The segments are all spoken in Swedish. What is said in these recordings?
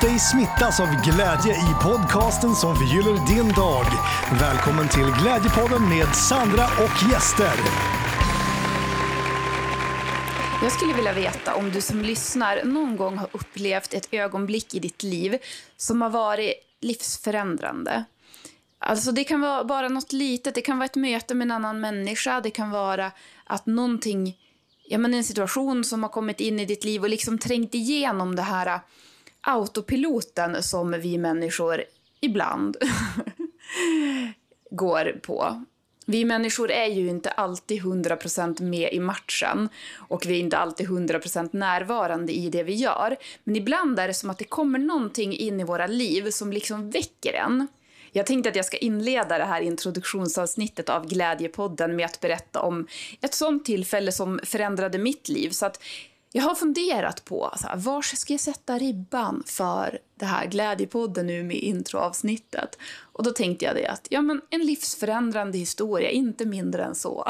dig smittas av glädje i podcasten som förgyller din dag. Välkommen till Glädjepodden med Sandra och gäster. Jag skulle vilja veta om du som lyssnar någon gång har upplevt ett ögonblick i ditt liv som har varit livsförändrande. Alltså det kan vara bara något litet, det kan vara ett möte med en annan människa, det kan vara att någonting, en situation som har kommit in i ditt liv och liksom trängt igenom det här autopiloten som vi människor ibland går på. Vi människor är ju inte alltid 100% med i matchen och vi är inte alltid 100% närvarande i det vi gör. Men ibland är det som att det kommer någonting in i våra liv som liksom väcker en. Jag tänkte att jag ska inleda det här introduktionsavsnittet av Glädjepodden med att berätta om ett sånt tillfälle som förändrade mitt liv. Så att jag har funderat på var ska jag sätta ribban för det här Glädjepodden nu med introavsnittet. Och då tänkte jag det att en livsförändrande historia, inte mindre än så.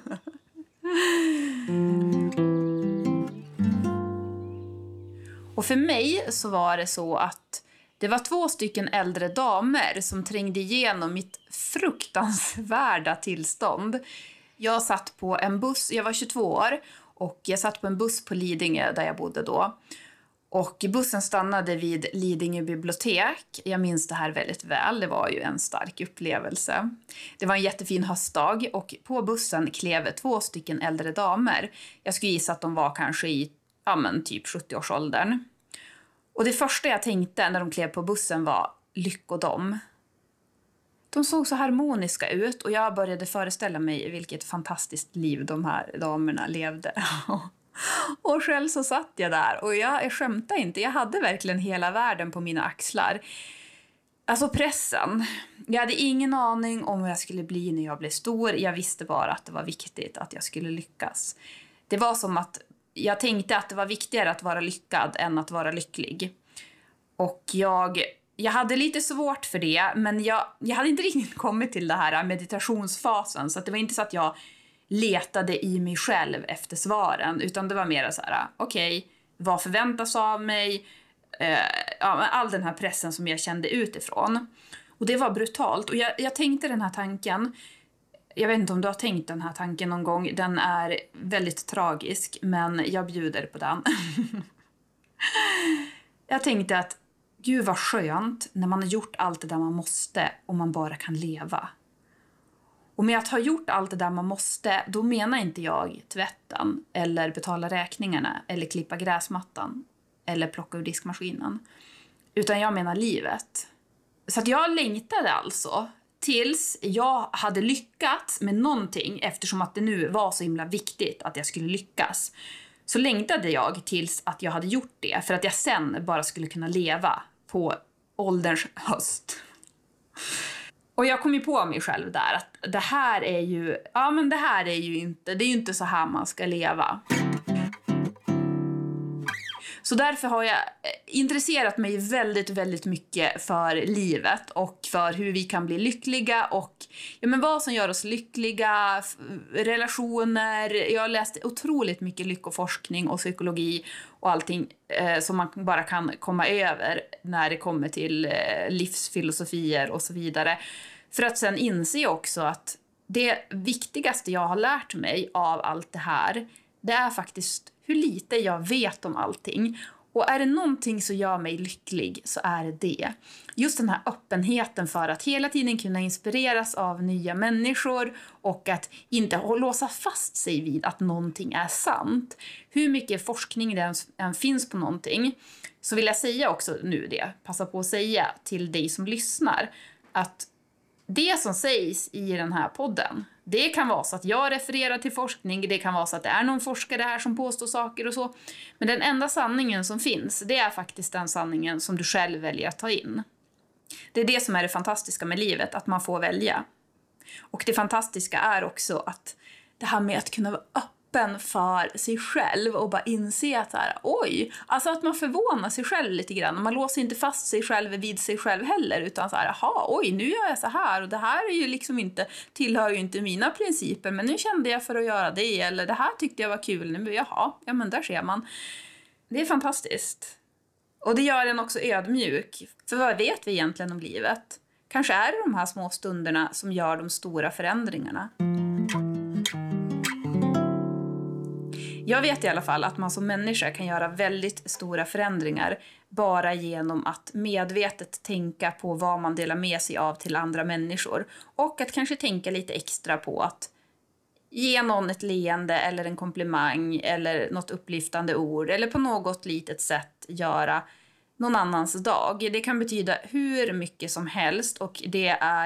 Och för mig så var det så att det var 2 stycken äldre damer som trängde igenom mitt fruktansvärda tillstånd. Jag satt på en buss, jag var 22 år och jag satt på en buss på Lidingö där jag bodde då. Och bussen stannade vid Lidingö bibliotek. Jag minns det här väldigt väl, det var ju en stark upplevelse. Det var en jättefin höstdag och på bussen klev 2 stycken äldre damer. Jag skulle gissa att de var kanske i typ 70-årsåldern. Och det första jag tänkte när de klev på bussen var lyckodom. De såg så harmoniska ut och jag började föreställa mig vilket fantastiskt liv de här damerna levde. Och själv så satt jag där och jag skämtar inte. Jag hade verkligen hela världen på mina axlar. Alltså pressen. Jag hade ingen aning om vad jag skulle bli när jag blev stor. Jag visste bara att det var viktigt att jag skulle lyckas. Det var som att jag tänkte att det var viktigare att vara lyckad än att vara lycklig. Och jag hade lite svårt för det, men jag hade inte riktigt kommit till det här meditationsfasen. Så att det var inte så att jag letade i mig själv efter svaren, utan det var mer så här: okej, vad förväntas av mig? All den här pressen som jag kände utifrån. Och det var brutalt. Och jag tänkte den här tanken. Jag vet inte om du har tänkt den här tanken någon gång. Den är väldigt tragisk, men jag bjuder på den. Jag tänkte att gud vad skönt när man har gjort allt det där man måste och man bara kan leva. Och med att ha gjort allt det där man måste, då menar inte jag tvätten eller betala räkningarna eller klippa gräsmattan eller plocka ur diskmaskinen. Utan jag menar livet. Så att jag längtade alltså tills jag hade lyckats med någonting, eftersom att det nu var så himla viktigt att jag skulle lyckas. Så längtade jag tills att jag hade gjort det, för att jag sen bara skulle kunna leva på ålderns höst. Och jag kom ju på mig själv där att det här är ju, det är ju inte så här man ska leva. Så därför har jag intresserat mig väldigt, väldigt mycket för livet och för hur vi kan bli lyckliga och vad som gör oss lyckliga, relationer. Jag har läst otroligt mycket lyckoforskning och psykologi och allting som man bara kan komma över när det kommer till livsfilosofier och så vidare. För att sen inse också att det viktigaste jag har lärt mig av allt det här, det är faktiskt hur lite jag vet om allting. Och är det någonting som gör mig lycklig så är det det. Just den här öppenheten för att hela tiden kunna inspireras av nya människor och att inte låsa fast sig vid att någonting är sant. Hur mycket forskning det än finns på någonting, så vill jag säga också nu passa på att säga till dig som lyssnar, att det som sägs i den här podden, det kan vara så att jag refererar till forskning, det kan vara så att det är någon forskare här som påstår saker och så. Men den enda sanningen som finns, det är faktiskt den sanningen som du själv väljer att ta in. Det är det som är det fantastiska med livet, att man får välja. Och det fantastiska är också att det här med att kunna vara öppen för sig själv och bara inse att alltså att man förvånar sig själv lite grann. Man låser inte fast sig själv vid sig själv heller, utan nu gör jag så här och det här är ju liksom inte, tillhör ju inte mina principer, men nu kände jag för att göra det, eller det här tyckte jag var kul nu, men där ser man. Det är fantastiskt. Och det gör en också ödmjuk. För vad vet vi egentligen om livet? Kanske är det de här små stunderna som gör de stora förändringarna. Jag vet i alla fall att man som människa kan göra väldigt stora förändringar bara genom att medvetet tänka på vad man delar med sig av till andra människor. Och att kanske tänka lite extra på att ge någon ett leende eller en komplimang eller något upplyftande ord eller på något litet sätt göra någon annans dag. Det kan betyda hur mycket som helst och det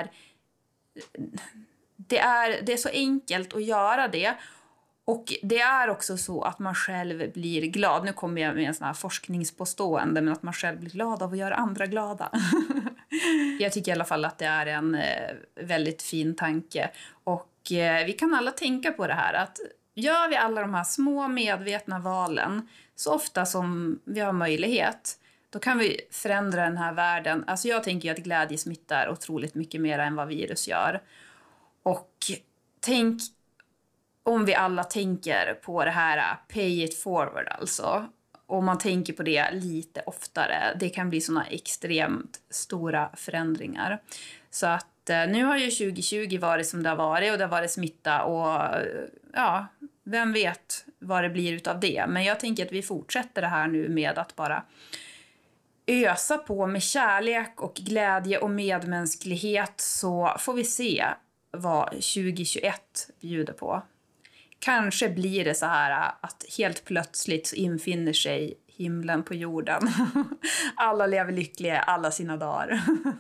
är så enkelt att göra det. Och det är också så att man själv blir glad. Nu kommer jag med en sån här forskningspåstående, men att man själv blir glad av att göra andra glada. Jag tycker i alla fall att det är en väldigt fin tanke. Och vi kan alla tänka på det här, att gör vi alla de här små medvetna valen så ofta som vi har möjlighet, då kan vi förändra den här världen. Alltså jag tänker ju att glädje smittar otroligt mycket mer än vad virus gör. Och tänk om vi alla tänker på det här pay it forward alltså. Om man tänker på det lite oftare. Det kan bli såna extremt stora förändringar. Så att nu har ju 2020 varit som det har varit och det har varit smitta och ja, vem vet vad det blir utav det. Men jag tänker att vi fortsätter det här nu med att bara ösa på med kärlek och glädje och medmänsklighet, så får vi se vad 2021 bjuder på. Kanske blir det så här att helt plötsligt så infinner sig himlen på jorden. Alla lever lyckliga alla sina dagar.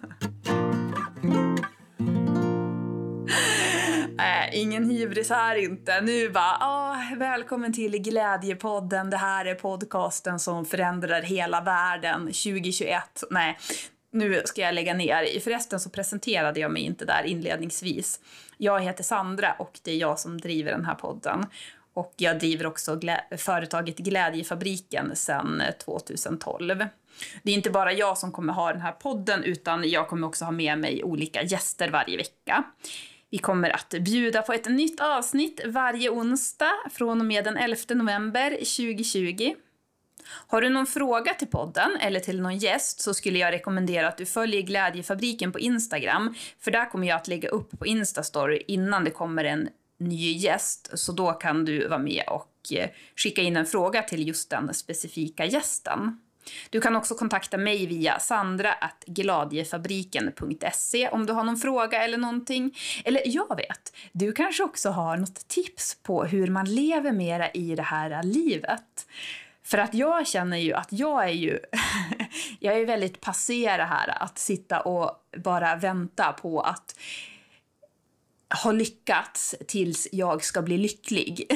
Ingen hybris här inte. Nu bara, välkommen till Glädjepodden. Det här är podcasten som förändrar hela världen 2021. Nej, nu ska jag lägga ner. Förresten så presenterade jag mig inte där inledningsvis. Jag heter Sandra och det är jag som driver den här podden. Och jag driver också företaget Glädjefabriken sedan 2012. Det är inte bara jag som kommer ha den här podden, utan jag kommer också ha med mig olika gäster varje vecka. Vi kommer att bjuda på ett nytt avsnitt varje onsdag från och med den 11 november 2020. Har du någon fråga till podden eller till någon gäst så skulle jag rekommendera att du följer Glädjefabriken på Instagram. För där kommer jag att lägga upp på Instastory innan det kommer en ny gäst. Så då kan du vara med och skicka in en fråga till just den specifika gästen. Du kan också kontakta mig via sandra@gladjefabriken.se om du har någon fråga eller någonting. Eller jag vet, du kanske också har något tips på hur man lever mera i det här livet. För att jag känner ju att jag är väldigt passé det här att sitta och bara vänta på att ha lyckats tills jag ska bli lycklig.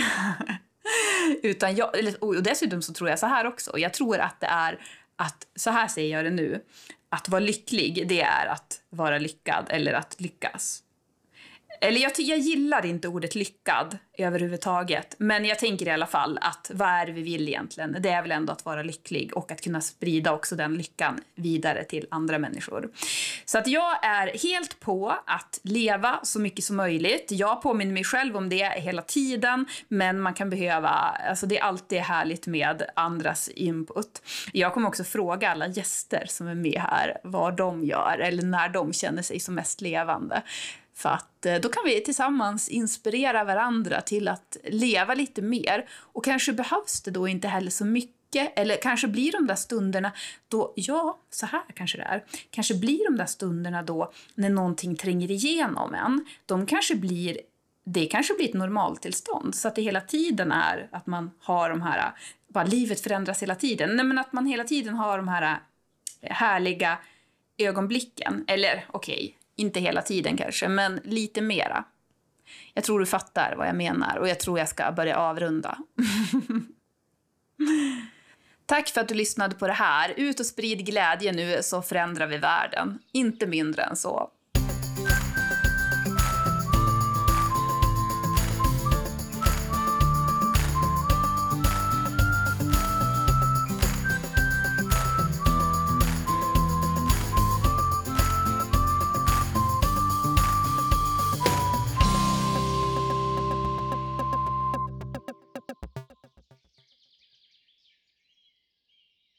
Utan och dessutom så tror jag så här också. Jag tror att det är att, så här säger jag det nu, att vara lycklig, det är att vara lyckad eller att lyckas. Eller jag gillar inte ordet lyckad överhuvudtaget. Men jag tänker i alla fall att vad är det vi vill egentligen? Det är väl ändå att vara lycklig och att kunna sprida också den lyckan vidare till andra människor. Så att jag är helt på att leva så mycket som möjligt. Jag påminner mig själv om det hela tiden. Men man kan behöva, alltså det är alltid härligt med andras input. Jag kommer också fråga alla gäster som är med här vad de gör eller när de känner sig som mest levande. För att då kan vi tillsammans inspirera varandra till att leva lite mer. Och kanske behövs det då inte heller så mycket. Eller kanske blir de där stunderna då, ja, så här kanske det är. Kanske blir de där stunderna då när någonting tränger igenom en. Det kanske blir ett normaltillstånd. Så att det hela tiden är att man har de här, bara livet förändras hela tiden. Nej, men att man hela tiden har de här härliga ögonblicken. Eller okej. Inte hela tiden kanske, men lite mera. Jag tror du fattar vad jag menar och jag tror jag ska börja avrunda. Tack för att du lyssnade på det här. Ut och sprid glädje nu så förändrar vi världen. Inte mindre än så.